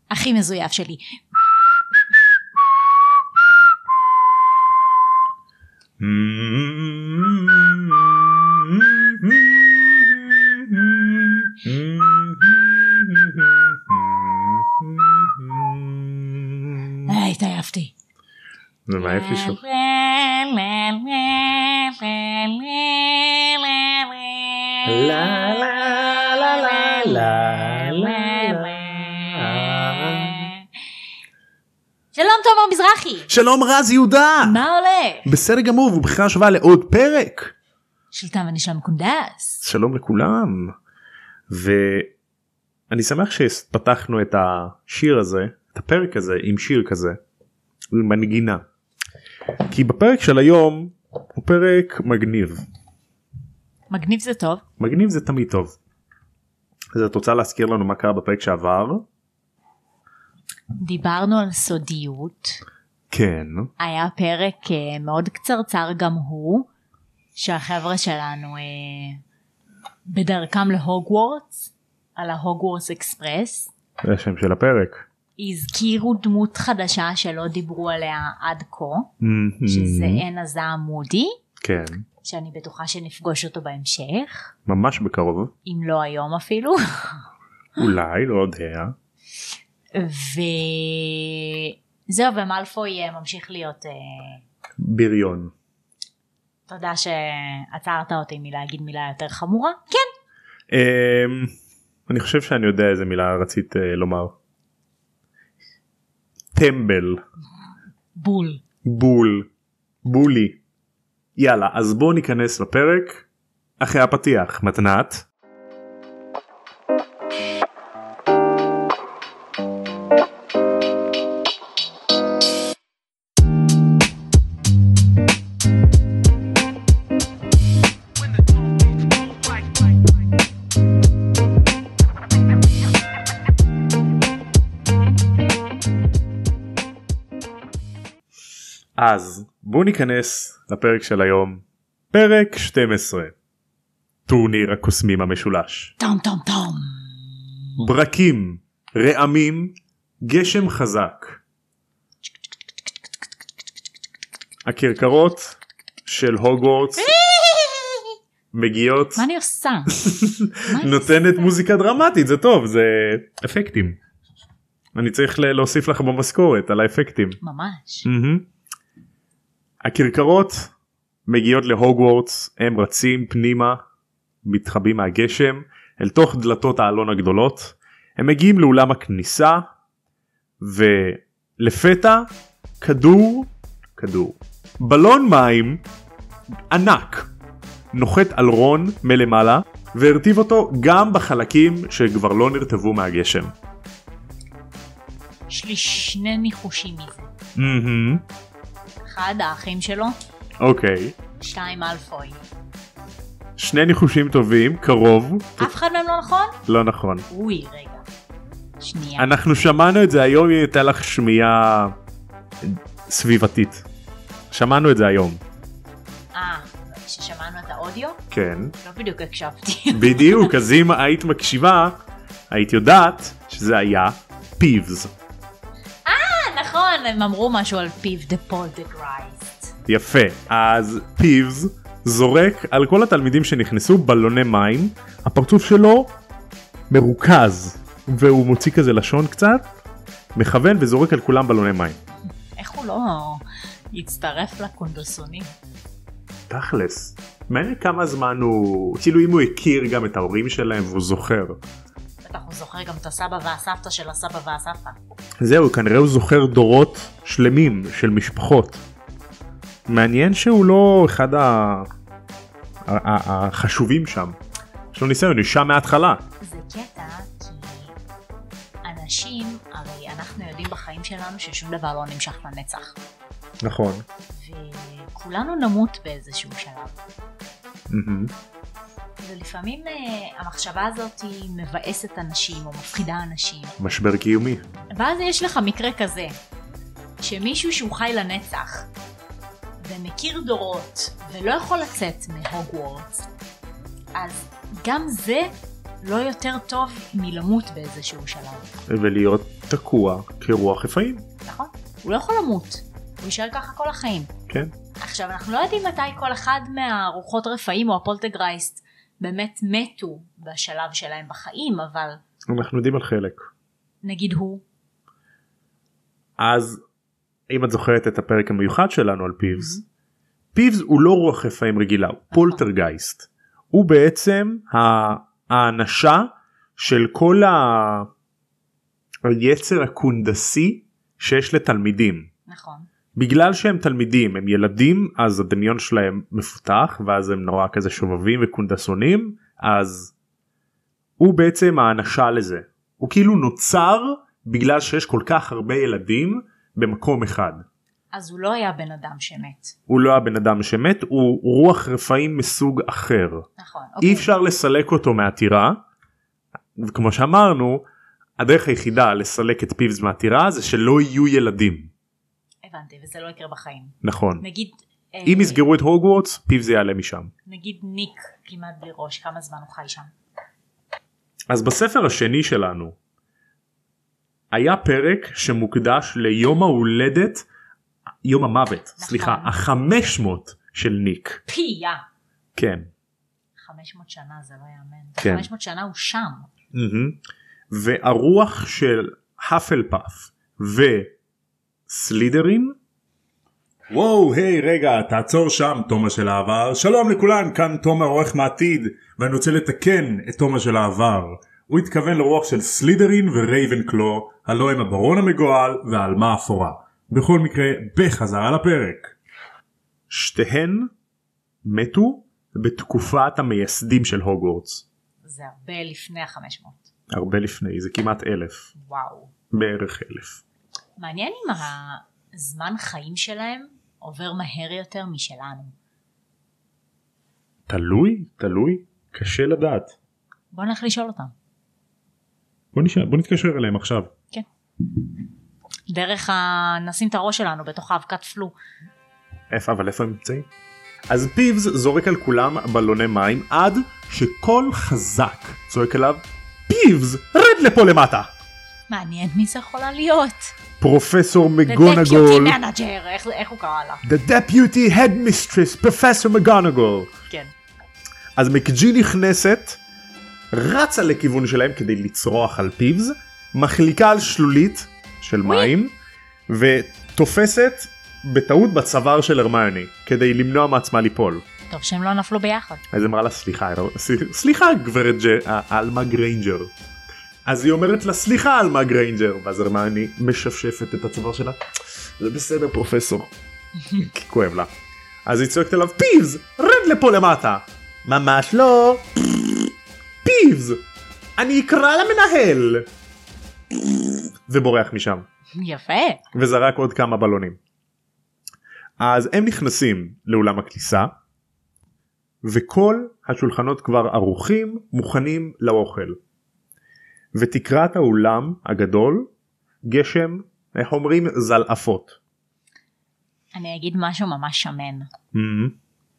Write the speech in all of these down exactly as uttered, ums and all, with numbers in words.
הכי מזויף שלי. היי, התעייפתי. זה מעייף לי שוב. לה לה לה לה לה לה. שלום תומר מזרחי. שלום רז יהודה. מה הולך? בסדר גמור, ובכלל שווה לעוד פרק של תם ונשלם קונדס. שלום לכולם. ואני שמח שפתחנו את השיר הזה, את הפרק הזה עם שיר כזה, עם מנגינה, כי בפרק של היום הוא פרק מגניב. מגניב זה טוב. מגניב זה תמיד טוב. אז את רוצה להזכיר לנו מה קרה בפרק שעבר? דיברנו על סודיות. כן. היה פרק uh, מאוד קצרצר גם הוא, שהחבר'ה שלנו uh, בדרכם להוגוורטס, על ההוגוורטס אקספרס. זה השם של הפרק. הזכירו דמות חדשה שלא דיברו עליה עד כה, Mm-hmm. שזה אין עזה מודי. כן. שאני בטוחה שנפגוש אותו בהמשך. ממש בקרוב. אם לא היום אפילו. אולי, לא יודע. וזהו, ומלפוי ממשיך להיות... בריון. תודה שעצרת אותי מלהגיד מילה יותר חמורה. כן. אני חושב שאני יודע איזה מילה רצית לומר. טמבל. בול. בול. בולי. יאללה, אז בואו ניכנס לפרק אחרי הפתיח. מתנת. אז בואו ניכנס לפרק של היום, פרק שתים עשרה, טורניר הקוסמים המשולש. טום טום טום. ברקים, רעמים, גשם חזק. הכרכרות של הוגוורטס מגיעות. מה אני עושה? נותנת מוזיקה דרמטית, זה טוב, זה אפקטים. אני צריך להוסיף לך במשכורת על האפקטים. ממש. הכרכרות מגיעות להוגוורטס, הם רצים פנימה, מתחבאים מהגשם אל תוך דלתות העלון הגדולות. הם מגיעים לאולם הכניסה, ולפתע כדור, כדור, בלון מים ענק נוחת על רון מלמעלה, והרטיב אותו גם בחלקים שכבר לא נרטבו מהגשם. יש לי שני ניחושים מזה. אהה. אחד האחים שלו. אוקיי. שתיים אלפוי. שני ניחושים טובים, קרוב. אף אחד מהם לא נכון? לא נכון. אוי, רגע. שנייה. אנחנו שמענו את זה היום, היא הייתה לך שמיעה סביבתית. שמענו את זה היום. אה, ששמענו את האודיו? כן. לא בדיוק הקשבתי. בדיוק, אז אם היית מקשיבה, היית יודעת שזה היה פיבס. נכון, הם אמרו משהו על פיב the poltergeist. יפה, אז פיבס זורק על כל התלמידים שנכנסו בלוני מים, הפרצוף שלו מרוכז, והוא מוציא כזה לשון קצת, מכוון וזורק על כולם בלוני מים. איך הוא לא יצטרף לקונדסונים? תכלס, מעניין כמה זמן הוא, כאילו אם הוא הכיר גם את ההורים שלהם והוא זוכר. בטח הוא זוכר גם את הסבא והסבתא של הסבא והסבתא. זהו, כנראה הוא זוכר דורות שלמים של משפחות. מעניין שהוא לא אחד ה... החשובים שם. יש לו ניסיון, אישה מההתחלה. זה קטע כי אנשים, הרי אנחנו יודעים בחיים שלנו ששום דבר לא נמשך לנצח. נכון. וכולנו נמות באיזשהו שלב. Mm-hmm. ולפעמים uh, המחשבה הזאת היא מבאסת אנשים או מפחידה אנשים. משבר קיומי. ואז יש לך מקרה כזה, שמישהו שהוא חי לנצח, ומכיר דורות, ולא יכול לצאת מהוגוורטס, אז גם זה לא יותר טוב מלמות באיזשהו שלב. ולהיות תקוע כרוח רפאים. נכון, הוא לא יכול למות, הוא יישאר ככה כל החיים. כן. עכשיו אנחנו לא יודעים מתי כל אחד מהרוחות רפאים או הפולטרגרייסט באמת מתו בשלב שלהם בחיים, אבל... אנחנו יודעים על חלק. נגיד הוא. אז אם את זוכרת את הפרק המיוחד שלנו על פיבס, פיבס הוא לא רוח רפאים רגילה, הוא פולטרגייסט. הוא בעצם האנשה של כל ה... היצר הקונדסי שיש לתלמידים. נכון. בגלל שהם תלמידים, הם ילדים, אז הדמיון שלהם מפותח, ואז הם נורא כזה שובבים וקונדסונים, אז הוא בעצם האנשה לזה. הוא כאילו נוצר בגלל שיש כל כך הרבה ילדים במקום אחד. אז הוא לא היה בן אדם שמת. הוא לא היה בן אדם שמת, הוא רוח רפאים מסוג אחר. נכון. אי אוקיי. אפשר לסלק אותו מהטירה, וכמו שאמרנו, הדרך היחידה לסלק את פיבס מהטירה זה שלא יהיו ילדים. הבנתי, וזה לא יקרה בחיים. נכון. נגיד... אם יסגרו את הוגוורטס, פיבס יעלה משם. נגיד ניק כמעט בלי ראש, כמה זמן הוא חי שם? אז בספר השני שלנו, היה פרק שמוקדש ליום ההולדת, יום המוות, נכון. סליחה, החמש מאות של ניק. פיה. כן. חמש מאות שנה זה לא יאמן. כן. חמש מאות שנה הוא שם. Mm-hmm. והרוח של האפלפאף וסלידרין, וואו, היי, רגע, תעצור שם, תומר של העבר. שלום לכולן, כאן תומר עורך מעתיד, ואני רוצה לתקן את תומר של העבר. הוא התכוון לרוח של סלידרין ורייבנקלו, הלא הם הברון המגועל והעלמה האפורה. בכל מקרה, בחזרה לפרק. שתיהן מתו בתקופת המייסדים של הוגוורטס. זה הרבה לפני ה-חמש מאות. הרבה לפני, זה כמעט אלף. וואו. בערך אלף. מעניין אם הזמן חיים שלהם עובר מהר יותר משלנו. תלוי, תלוי, קשה לדעת. בוא נלך לשאול אותם. בוא, נשאל, בוא נתקשר אליהם עכשיו. כן. דרך ה... נשים את הראש שלנו בתוך האבקת פלו. איפה, אבל איפה הם נמצאים? אז פיבס זורק על כולם בלוני מים עד שכל חזק צועק עליו, פיבס, רד לפה למטה. מעניין מי זה יכולה להיות. פרופסור מגונגול. The deputy manager, איך, איך הוא קרא לה? The deputy headmistress, פרופסור מגונגול. כן. אז מקג'י נכנסת, רצה לכיוון שלהם כדי לצרוח על פיבס, מחליקה על שלולית של מים, ותופסת בטעות בצוואר של הרמיוני, כדי למנוע מעצמה ליפול. טוב שהם לא נפלו ביחד. אז אמרה לה סליחה, סליחה גברת אלמה גריינג'ר. אז היא אומרת לה סליחה אלמה גריינג'ר, ואז הרמיוני משפשפת את הצוואר שלה, זה בסדר פרופסור, כי כואב לה. אז היא צועקת אליו, פיבס, רד לפה למטה. ממש לא. פיבס, אני אקרא למנהל. ובורח משם. יפה. וזרק עוד כמה בלונים. אז הם נכנסים לאולם הכניסה, וכל השולחנות כבר ערוכים, מוכנים לאוכל. ותקרת האולם הגדול, גשם, איך אומרים, זלעפות. אני אגיד משהו ממש שמן. Mm-hmm.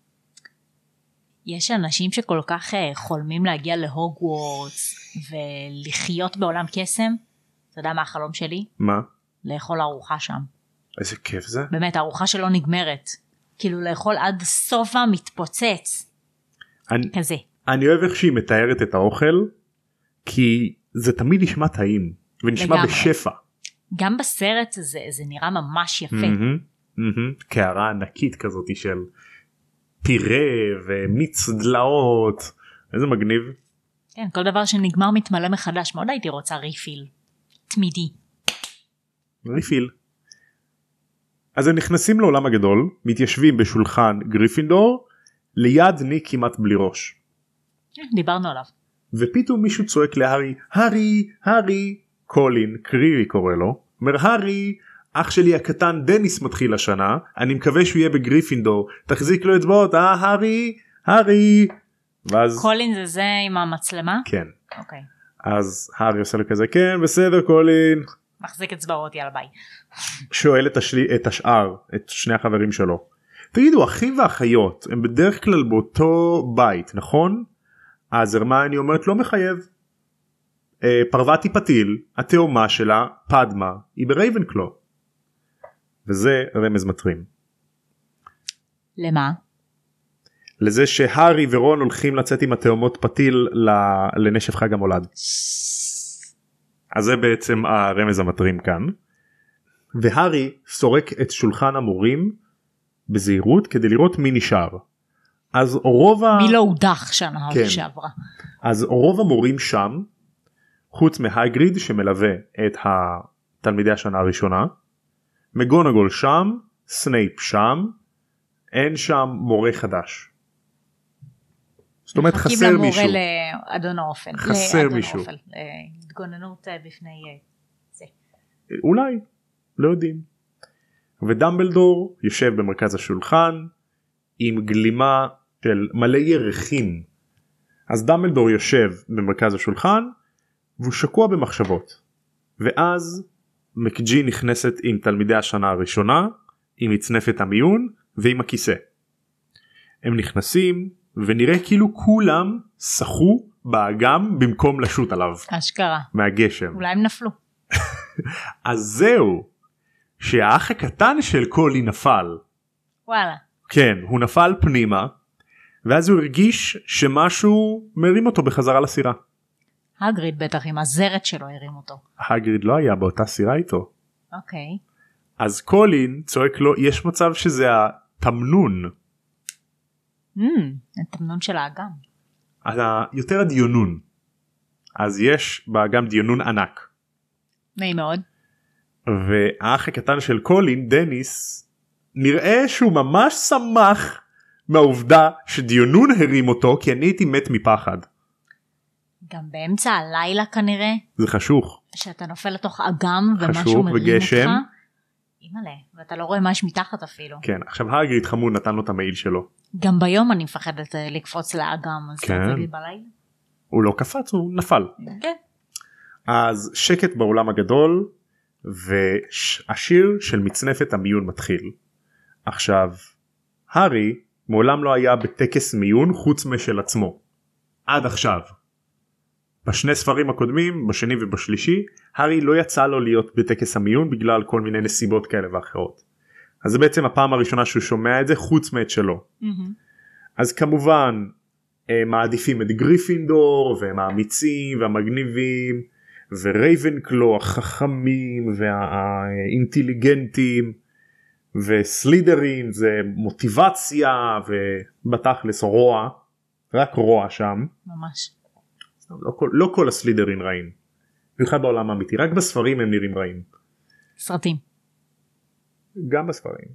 יש אנשים שכל כך חולמים להגיע להוגוורטס ולחיות בעולם קסם. אתה יודע מה החלום שלי? מה? לאכול ארוחה שם. איזה כיף זה. באמת, ארוחה שלא נגמרת. כאילו לאכול עד סוף המתפוצץ. אני, כזה. אני אוהב איך שהיא מתארת את האוכל, כי זה תמיד נשמע טעים, ונשמע לגמרי. בשפע. גם בסרט זה, זה נראה ממש יפה. Mm-hmm, mm-hmm. קערה ענקית כזאת של פירה ומיץ דלאות. איזה מגניב. כן, כל דבר שנגמר מתמלא מחדש. מאוד הייתי רוצה ריפיל. תמידי. ריפיל. אז הם נכנסים לעולם הגדול, מתיישבים בשולחן גריפינדור, ליד ניק כמעט בלי ראש. דיברנו עליו. ופתאום מישהו צועק להרי, הרי, הרי, קולין, קרירי קורא לו, אומר הרי, אח שלי הקטן דניס מתחיל השנה, אני מקווה שהוא יהיה בגריפינדור, תחזיק לו אצבעות, אה, הרי, הרי. ואז... קולין זה זה עם המצלמה? כן. אוקיי. אז הרי עושה לו כזה, כן, בסדר קולין. מחזיק אצבעות, יאללה ביי. שואל את, השלי, את השאר, את שני החברים שלו. תגידו, אחים ואחיות, הם בדרך כלל באותו בית, נכון? אז הרמיוני אומרת, לא מחייב, פרווטי פתיל, התאומה שלה, פדמה, היא ברייבנקלו. וזה רמז מטרים. למה? לזה שהארי ורון הולכים לצאת עם התאומות פתיל לנשף חג המולד. אז זה בעצם הרמז המטרים כאן. והארי סורק את שולחן המורים בזהירות כדי לראות מי נשאר. אז רוב ה... מי לא הודח שנה כן. שעברה. אז רוב המורים שם, חוץ מהגריד שמלווה את התלמידי השנה הראשונה, מגונגול שם, סנייפ שם, אין שם מורה חדש. זאת אומרת חסר מישהו. מחכים למורה לאדון האופן. חסר מישהו. להתגוננות בפני זה. אולי, לא יודעים. ודמבלדור יושב במרכז השולחן עם גלימה של מלא ירחים. אז דמבלדור יושב במרכז השולחן והוא שקוע במחשבות. ואז מקג'י נכנסת עם תלמידי השנה הראשונה, עם מצנפת המיון ועם הכיסא. הם נכנסים ונראה כאילו כולם שחו באגם במקום לשוט עליו. אשכרה. מהגשם. אולי הם נפלו. אז זהו, שהאח הקטן של קולי נפל. וואלה. כן, הוא נפל פנימה, ואז הוא הרגיש שמשהו מרים אותו בחזרה לסירה. הגריד בטח עם הזרת שלו הרים אותו. הגריד לא היה באותה סירה איתו. אוקיי. אז קולין צועק לו, יש מצב שזה התמנון. Mm, התמנון של האגם. יותר הדיונון. אז יש באגם דיונון ענק. נעים מאוד. והאח הקטן של קולין, דניס, נראה שהוא ממש שמח מהעובדה שדיונון הרים אותו, כי אני הייתי מת מפחד. גם באמצע הלילה כנראה. זה חשוך. שאתה נופל לתוך אגם ומשהו מרים וגשם. אותך. אימא'לה, ואתה לא רואה משהו מתחת אפילו. כן, עכשיו הגריד חמוד נתן לו את המעיל שלו. גם ביום אני מפחדת לקפוץ לאגם, אז כן. אתה תגיד בלילה. הוא לא קפץ, הוא נפל. כן. אז שקט באולם הגדול, והשיר של מצנפת המיון מתחיל. עכשיו, הארי מעולם לא היה בטקס מיון חוץ משל עצמו. עד עכשיו. בשני ספרים הקודמים, בשני ובשלישי, הארי לא יצא לו להיות בטקס המיון בגלל כל מיני נסיבות כאלה ואחרות. אז זה בעצם הפעם הראשונה שהוא שומע את זה חוץ מאת שלו. Mm-hmm. אז כמובן הם מעדיפים את גריפינדור והם האמיצים והמגניבים ורייבנקלו החכמים והאינטליגנטים וסלידרין זה מוטיבציה ובתכלס רוע, רק רוע שם. ממש. לא כל, לא כל הסלידרין רעים. במיוחד בעולם האמיתי, רק בספרים הם נראים רעים. סרטים. גם בספרים.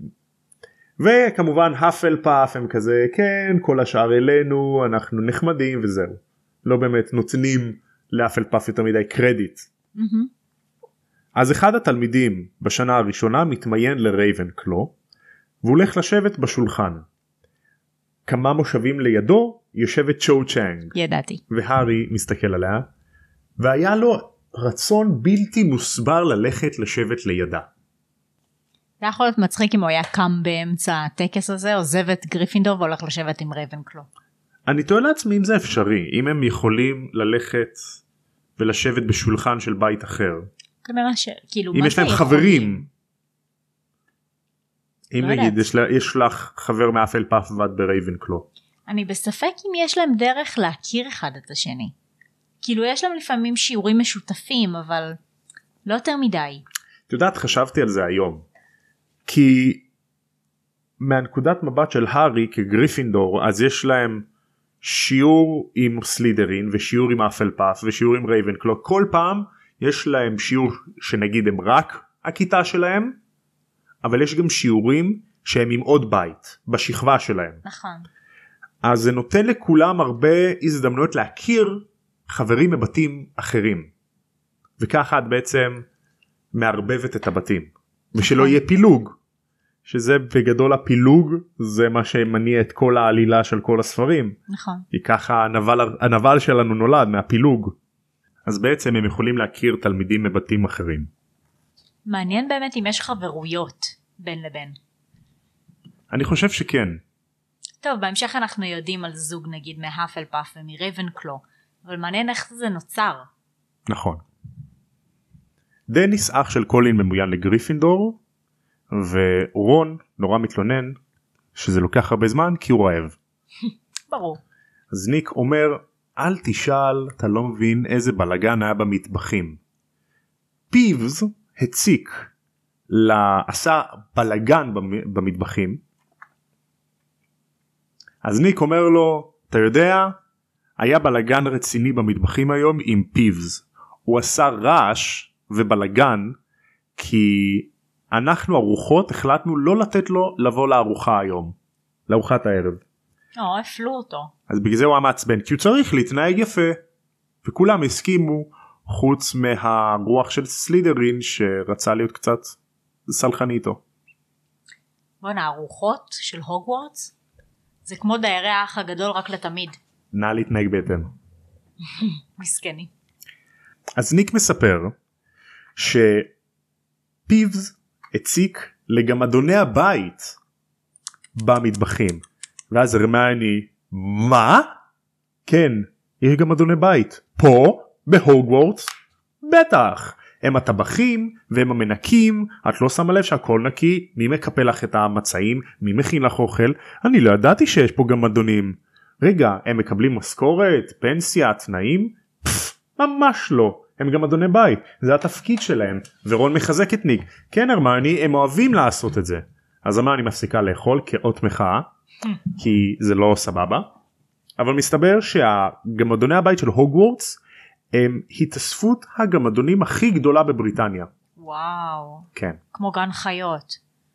וכמובן האפל פאף הם כזה, כן, כל השאר אלינו, אנחנו נחמדים וזהו. לא באמת נותנים לאפל פאף יותר מדי קרדיט. Mm-hmm. אז אחד התלמידים בשנה הראשונה מתמיין לרייבנקלו, והוא הולך לשבת בשולחן. כמה מושבים לידו יושבת צ'ו צ'אנג. ידעתי. והארי מסתכל עליה, והיה לו רצון בלתי מוסבר ללכת לשבת לידה. זה יכול להיות מצחיק אם הוא היה קם באמצע הטקס הזה, עוזב את גריפינדור והולך לשבת עם רייבנקלו. אני תוהה לעצמי אם זה אפשרי, אם הם יכולים ללכת ולשבת בשולחן של בית אחר. כנראה ש... כאילו, אם יש להם חברים. אם לא נגיד יש, לה, יש לך חבר מאפל פאף ואת ברייבנקלו. אני בספק אם יש להם דרך להכיר אחד את השני. כאילו יש להם לפעמים שיעורים משותפים, אבל לא יותר מדי. את יודעת, חשבתי על זה היום. כי מהנקודת מבט של הארי כגריפינדור, אז יש להם שיעור עם סלידרין ושיעור עם אפל פאף ושיעור עם רייבנקלו. כל פעם יש להם שיעור שנגיד הם רק הכיתה שלהם, אבל יש גם שיעורים שהם עם עוד בית בשכבה שלהם. נכון. אז זה נותן לכולם הרבה הזדמנויות להכיר חברים מבתים אחרים. וככה את בעצם מערבבת את הבתים. ושלא יהיה פילוג. שזה בגדול הפילוג, זה מה שמניע את כל העלילה של כל הספרים. נכון. כי ככה הנבל, הנבל שלנו נולד מהפילוג. אז בעצם הם יכולים להכיר תלמידים מבתים אחרים. מעניין באמת אם יש חברויות בין לבין. אני חושב שכן. טוב, בהמשך אנחנו יודעים על זוג נגיד מהאפל פאף ומרייבנקלו, אבל מעניין איך זה נוצר. נכון. דניס אח של קולין ממוין לגריפינדור, ורון נורא מתלונן שזה לוקח הרבה זמן כי הוא רעב. ברור. אז ניק אומר, אל תשאל, אתה לא מבין איזה בלגן היה במטבחים. פיבס הציק, לה... עשה בלגן במטבחים. אז ניק אומר לו, אתה יודע, היה בלגן רציני במטבחים היום עם פיבס. הוא עשה רעש ובלגן כי אנחנו ארוחות החלטנו לא לתת לו לבוא לארוחה היום, לארוחת הערב. או, הפלו אותו. אז בגלל זה הוא המעצבן, כי הוא צריך להתנהג יפה. וכולם הסכימו, חוץ מהרוח של סלידרין שרצה להיות קצת סלחני איתו. בוא'נה, ארוחות של הוגוורטס זה כמו דיירי האח הגדול רק לתמיד. נא להתנהג בהתאם. מסכני. אז ניק מספר שפיבס הציק לגמדוני הבית במטבחים. ואז הרמיוני, מה? כן, יש גמדוני בית. פה, בהוגוורטס? בטח. הם הטבחים והם המנקים, את לא שמה לב שהכל נקי, מי מקפל לך את המצעים, מי מכין לך אוכל, אני לא ידעתי שיש פה גמדונים. רגע, הם מקבלים משכורת, פנסיה, תנאים? פפ, ממש לא. הם גם אדוני בית, זה התפקיד שלהם. ורון מחזק את ניק, כן הרמיוני, הם אוהבים לעשות את זה. אז הרמיוני מפסיקה לאכול כאות מחאה, כי זה לא סבבה. אבל מסתבר שהגמדוני הבית של הוגוורטס הם התאספות הגמדונים הכי גדולה בבריטניה. וואו. כן. כמו גן חיות.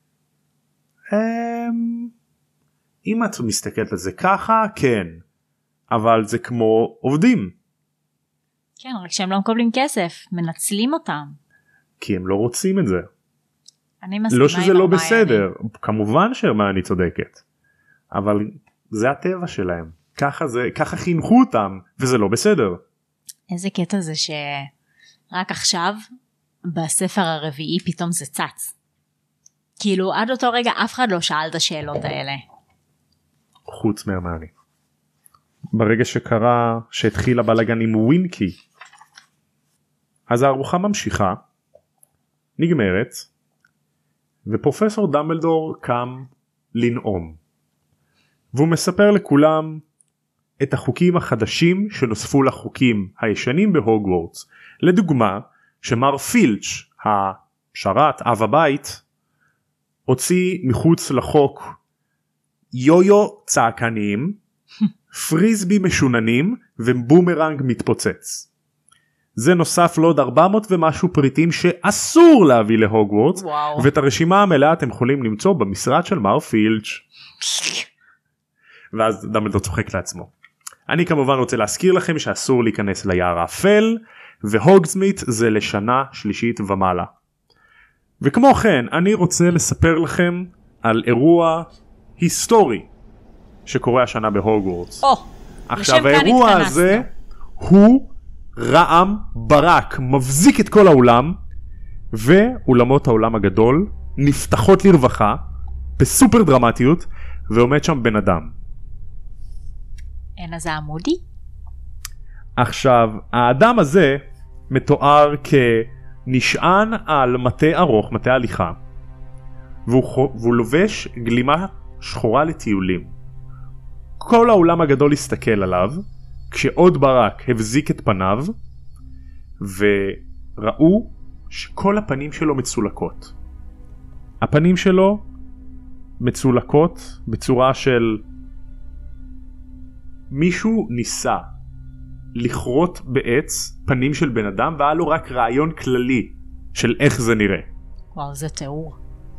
אם את מסתכלת על זה ככה, כן. אבל זה כמו עובדים. כן, רק שהם לא מקבלים כסף, מנצלים אותם. כי הם לא רוצים את זה. אני מסכימה לא שזה עם לא הרמיוני. בסדר, כמובן שהרמיוני צודקת. אבל זה הטבע שלהם. ככה זה, ככה חינכו אותם, וזה לא בסדר. איזה קטע זה שרק עכשיו, בספר הרביעי פתאום זה צץ. כאילו עד אותו רגע אף אחד לא שאל את השאלות האלה. חוץ מהרמיוני. ברגע שקרה, שהתחיל הבלגן עם ווינקי, אז הארוחה ממשיכה, נגמרת, ופרופסור דמבלדור קם לנאום. והוא מספר לכולם את החוקים החדשים שנוספו לחוקים הישנים בהוגוורטס. לדוגמה, שמר פילץ', השרת, אב הבית, הוציא מחוץ לחוק יו-יו צעקניים, פריסבי משוננים ובומרנג מתפוצץ. זה נוסף לעוד ארבע מאות ומשהו פריטים שאסור להביא להוגוורטס, וואו. ואת הרשימה המלאה אתם יכולים למצוא במשרד של מר פילץ'. ואז דמבלדור צוחק לעצמו. אני כמובן רוצה להזכיר לכם שאסור להיכנס ליער האפל, והוגזמית זה לשנה שלישית ומעלה. וכמו כן, אני רוצה לספר לכם על אירוע היסטורי שקורה השנה בהוגוורטס. או, עכשיו האירוע הזה הוא רעם ברק, מבזיק את כל העולם, ואולמות העולם הגדול נפתחות לרווחה בסופר דרמטיות, ועומד שם בן אדם. אין אז עמודי? עכשיו האדם הזה מתואר כנשען על מטה ארוך, מטה הליכה, והוא, והוא לובש גלימה שחורה לטיולים. כל העולם הגדול הסתכל עליו, כשעוד ברק הבזיק את פניו, וראו שכל הפנים שלו מצולקות. הפנים שלו מצולקות בצורה של מישהו ניסה לכרות בעץ פנים של בן אדם, והיה לו רק רעיון כללי של איך זה נראה. וואו, זה תיאור.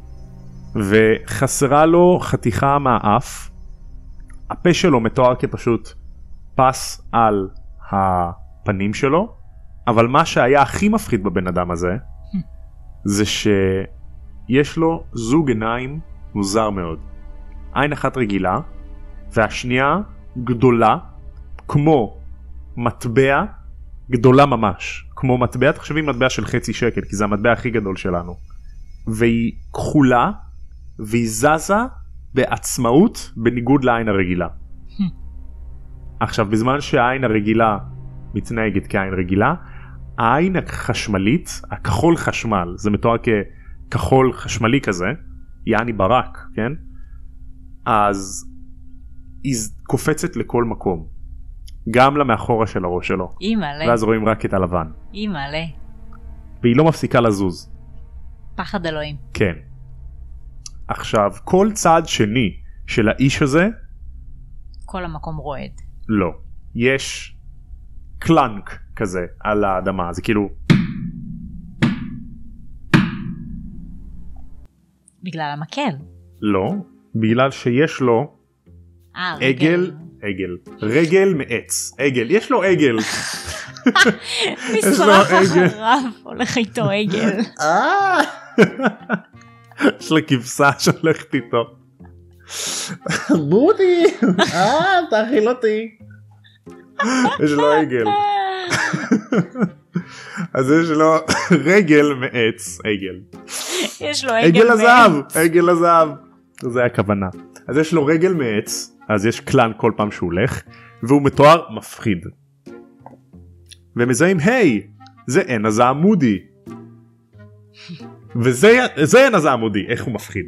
וחסרה לו חתיכה מהאף. הפה שלו מתואר כפשוט פס על הפנים שלו, אבל מה שהיה הכי מפחיד בבן אדם הזה זה שיש לו זוג עיניים מוזר מאוד. עין אחת רגילה והשנייה גדולה כמו מטבע, גדולה ממש כמו מטבע. תחשבי מטבע של חצי שקל, כי זה המטבע הכי גדול שלנו, והיא כחולה והיא זזה בעצמאות בניגוד לעין הרגילה. עכשיו בזמן שהעין הרגילה מתנהגת כעין רגילה, העין החשמלית, הכחול חשמל, זה מתואר ככחול חשמלי כזה, יעני ברק, כן? אז היא קופצת לכל מקום, גם למאחורה של הראש שלו. היא מלא. ואז רואים רק את הלבן. היא מלא. והיא לא מפסיקה לזוז. פחד אלוהים. כן. עכשיו, כל צעד שני של האיש הזה, כל המקום רועד. לא. יש קלנק כזה על האדמה, זה כאילו... בגלל המקל. לא, בגלל שיש לו אה, עגל, עגל, רגל מעץ, עגל, יש לו עגל. משרח אחריו, הולך איתו עגל. יש לה כבשה שהולכת איתו. בודי, אה, תאכיל אותי. יש לו עגל. אז יש לו רגל מעץ, עגל. יש לו עגל עגל מעץ. הזהב, עגל הזהב. זה הכוונה. אז יש לו רגל מעץ, אז יש קלן כל פעם שהוא הולך, והוא מתואר מפחיד. ומזהים, היי, זה אין הזעם מודי. וזה אין הזעם מודי, איך הוא מפחיד.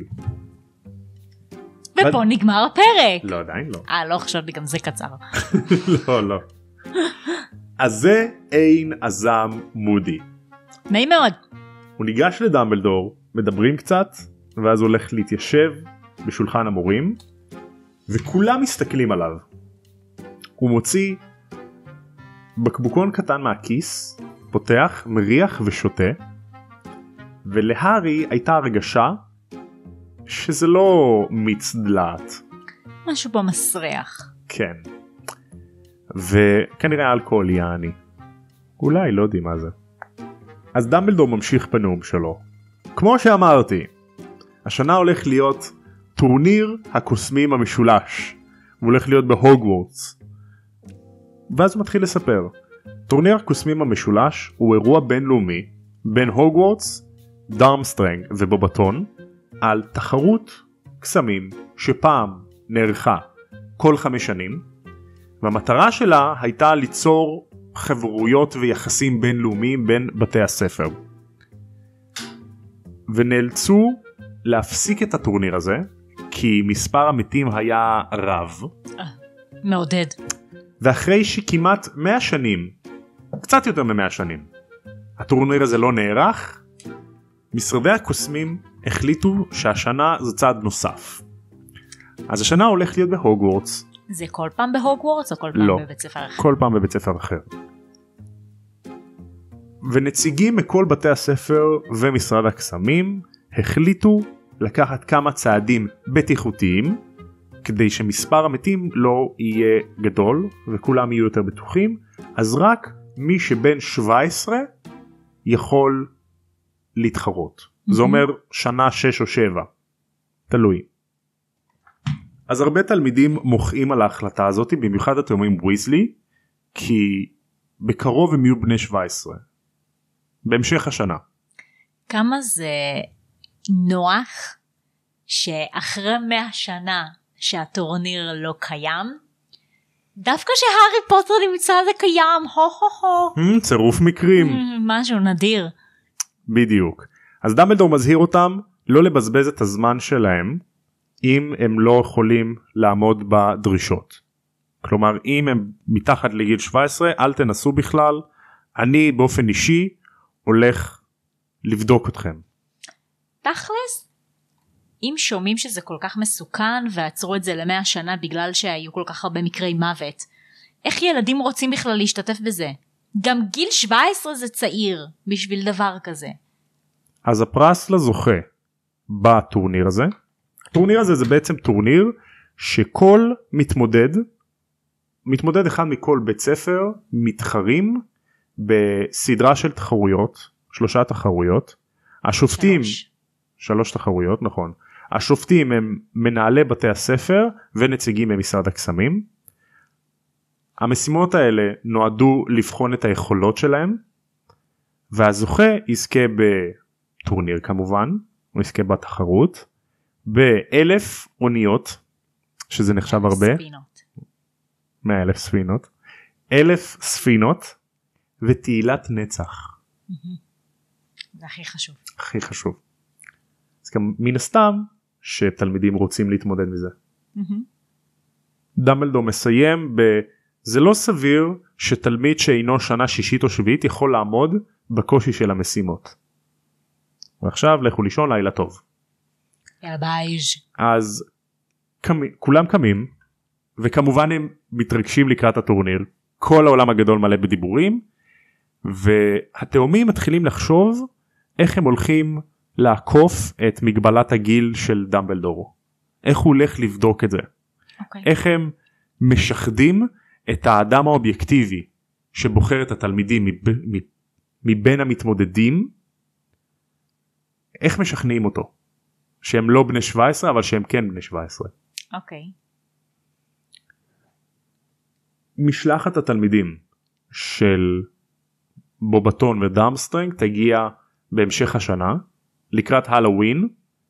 ופה נגמר הפרק. לא, עדיין לא. אה, לא חשבתי, גם זה קצר. לא, לא. אז זה אין הזעם מודי. נעים מאוד. הוא ניגש לדמבלדור, מדברים קצת, ואז הוא הולך להתיישב בשולחן המורים, וכולם מסתכלים עליו. הוא מוציא בקבוקון קטן מהכיס, פותח, מריח ושותה, ולהרי הייתה הרגשה שזה לא מיץ דלעת. משהו פה מסריח. כן. וכנראה אלכוהול יעני. אולי, לא יודעים מה זה. אז דמבלדור ממשיך בנאום שלו. כמו שאמרתי, השנה הולך להיות טורניר הקוסמים המשולש. הוא הולך להיות בהוגוורטס. ואז הוא מתחיל לספר. טורניר הקוסמים המשולש הוא אירוע בינלאומי בין הוגוורטס, דרמסטרנג ובובטון על תחרות קסמים שפעם נערכה כל חמש שנים, והמטרה שלה הייתה ליצור חברויות ויחסים בינלאומיים בין בתי הספר. ונאלצו להפסיק את הטורניר הזה כי מספר המתים היה רב. מעודד. ואחרי שכמעט מאה שנים, קצת יותר ממאה שנים, הטורניר הזה לא נערך, משרדי הקוסמים החליטו שהשנה זה צעד נוסף. אז השנה הולך להיות בהוגוורטס. זה כל פעם בהוגוורטס או כל פעם לא, בבית ספר אחר? כל פעם בבית ספר אחר. ונציגים מכל בתי הספר ומשרד הקסמים החליטו לקחת כמה צעדים בטיחותיים, כדי שמספר המתים לא יהיה גדול וכולם יהיו יותר בטוחים, אז רק מי שבין שבע עשרה יכול להתחרות. Mm-hmm. זה אומר שנה שש או שבע. תלוי. אז הרבה תלמידים מוחאים על ההחלטה הזאת, במיוחד התאומים ויזלי, כי בקרוב הם יהיו בני שבע עשרה. בהמשך השנה. כמה זה נוח שאחרי מאה שנה שהטורניר לא קיים, דווקא שהארי פוטר נמצא זה קיים, הו הו הו. צירוף מקרים. משהו נדיר. בדיוק. אז דמבלדור מזהיר אותם לא לבזבז את הזמן שלהם אם הם לא יכולים לעמוד בדרישות. כלומר, אם הם מתחת לגיל שבע עשרה, אל תנסו בכלל. אני באופן אישי הולך לבדוק אתכם. תכלס, אם שומעים שזה כל כך מסוכן ועצרו את זה למאה שנה בגלל שהיו כל כך הרבה מקרי מוות, איך ילדים רוצים בכלל להשתתף בזה? גם גיל שבע עשרה זה צעיר בשביל דבר כזה. אז הפרס לזוכה בטורניר הזה, הטורניר הזה זה בעצם טורניר שכל מתמודד, מתמודד אחד מכל בית ספר, מתחרים בסדרה של תחרויות, שלושה תחרויות, השופטים, שלוש. שלוש תחרויות, נכון, השופטים הם מנהלי בתי הספר ונציגים ממשרד הקסמים. המשימות האלה נועדו לבחון את היכולות שלהם, והזוכה יזכה בטורניר כמובן, הוא יזכה בתחרות, באלף אוניות, שזה נחשב הרבה, ספינות. מאה אלף ספינות, אלף ספינות, ותהילת נצח. זה הכי חשוב. הכי חשוב. אז גם מן הסתם שתלמידים רוצים להתמודד מזה. דמבלדור מסיים ב... זה לא סביר שתלמיד שאינו שנה שישית או שביעית יכול לעמוד בקושי של המשימות. ועכשיו לכו לישון, לילה טוב. יאללה ביי. אז קמ... כולם קמים, וכמובן הם מתרגשים לקראת הטורניר. כל העולם הגדול מלא בדיבורים, והתאומים מתחילים לחשוב איך הם הולכים לעקוף את מגבלת הגיל של דמבלדור. איך הוא הולך לבדוק את זה. Okay. איך הם משחדים את האדם האובייקטיבי שבוחר את התלמידים מב... מבין המתמודדים, איך משכנעים אותו שהם לא בני שבע עשרה אבל שהם כן בני שבע עשרה. אוקיי. Okay. משלחת התלמידים של בובטון ודארמסטרנג תגיע בהמשך השנה לקראת הלווין,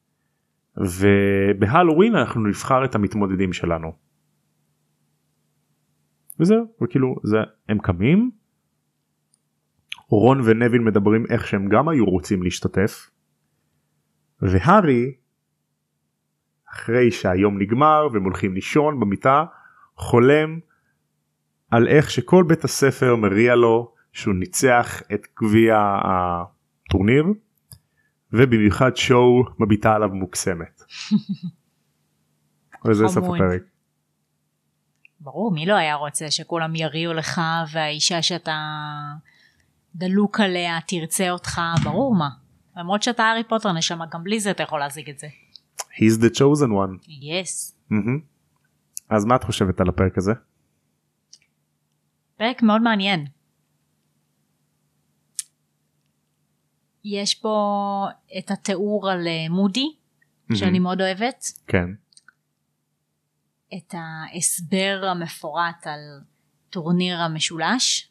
ובהלווין אנחנו נבחר את המתמודדים שלנו. וזהו, וכאילו זה, הם קמים, רון ונביל מדברים איך שהם גם היו רוצים להשתתף, והארי אחרי שהיום נגמר והם הולכים לישון במיטה חולם על איך שכל בית הספר מריע לו שהוא ניצח את גביע הטורניר, ובמיוחד שואו מביטה עליו מוקסמת. וזה סוף הפרק. ברור, מי לא היה רוצה שכולם יריעו לך והאישה שאתה דלוק עליה תרצה אותך, ברור מה. למרות שאתה הארי פוטר נשמה, גם בלי זה אתה יכול להשיג את זה. He's the chosen one. Yes. Mm-hmm. אז מה את חושבת על הפרק הזה? פרק מאוד מעניין. יש פה את התיאור על מודי, mm-hmm. שאני מאוד אוהבת. כן. את ההסבר המפורט על טורניר המשולש.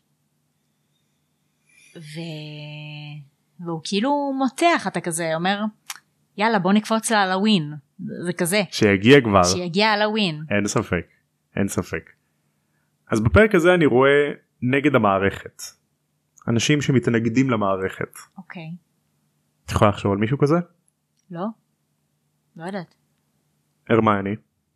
ו... והוא כאילו מותח, אתה כזה אומר, יאללה בוא נקפוץ להלווין. זה כזה. שיגיע כבר. שיגיע הלווין. אין ספק, אין ספק. אז בפרק הזה אני רואה נגד המערכת. אנשים שמתנגדים למערכת. אוקיי. את יכולה לחשוב על מישהו כזה? לא. לא יודעת. הרמיוני.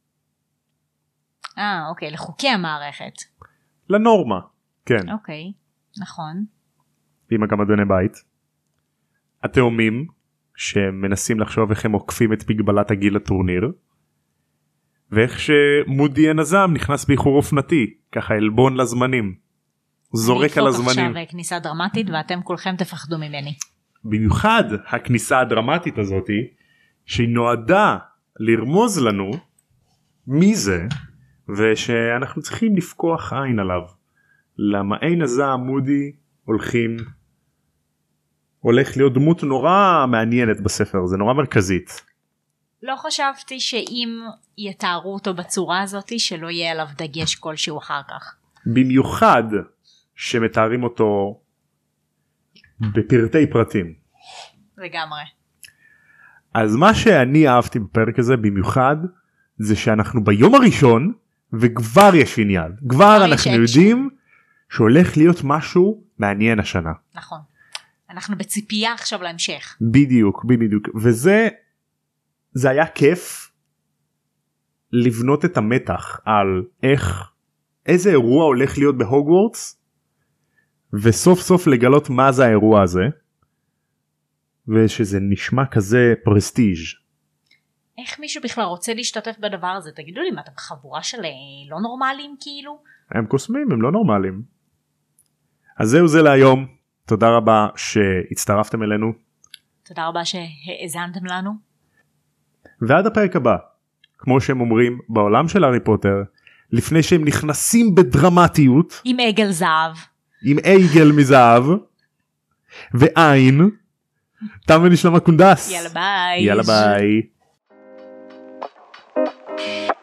אה, אוקיי, לחוקי המערכת. לנורמה, כן. אוקיי, נכון. עם הגמדוני בית. התאומים, שמנסים לחשוב איך הם עוקפים את מגבלת הגיל לטורניר. ואיך שמודי הנזם נכנס באיחור אופנתי, ככה אלבון לזמנים. זורק על הזמנים. אני אדפוק עכשיו כניסה דרמטית ואתם כולכם תפחדו ממני. במיוחד הכניסה הדרמטית הזאת, שהיא נועדה לרמוז לנו מי זה, ושאנחנו צריכים לפקוח עין עליו. למעין הזעם מודי הולכים, הולך להיות דמות נורא מעניינת בספר, זה נורא מרכזית. לא חשבתי שאם יתארו אותו בצורה הזאת, שלא יהיה עליו דגש כלשהו אחר כך. במיוחד שמתארים אותו בפרטי פרטים. לגמרי. אז מה שאני אהבתי בפרק הזה במיוחד, זה שאנחנו ביום הראשון, וכבר יש עניין. כבר אנחנו יודעים שהולך להיות משהו מעניין השנה. נכון. אנחנו בציפייה עכשיו להמשך. בדיוק, בדיוק. וזה, זה היה כיף לבנות את המתח על איך, איזה אירוע הולך להיות בהוגוורטס, וסוף סוף לגלות מה זה האירוע הזה, ושזה נשמע כזה פרסטיג'. איך מישהו בכלל רוצה להשתתף בדבר הזה? תגידו לי, מה אתם חבורה של לא נורמליים כאילו? הם קוסמים, הם לא נורמליים. אז זהו זה להיום. תודה רבה שהצטרפתם אלינו. תודה רבה שהאזנתם לנו. ועד הפרק הבא, כמו שהם אומרים בעולם של הארי פוטר, לפני שהם נכנסים בדרמטיות. עם עגל זהב. עם עגל מזהב. ועין. תם ונשלם הקונדס. יאללה ביי. יאללה ביי.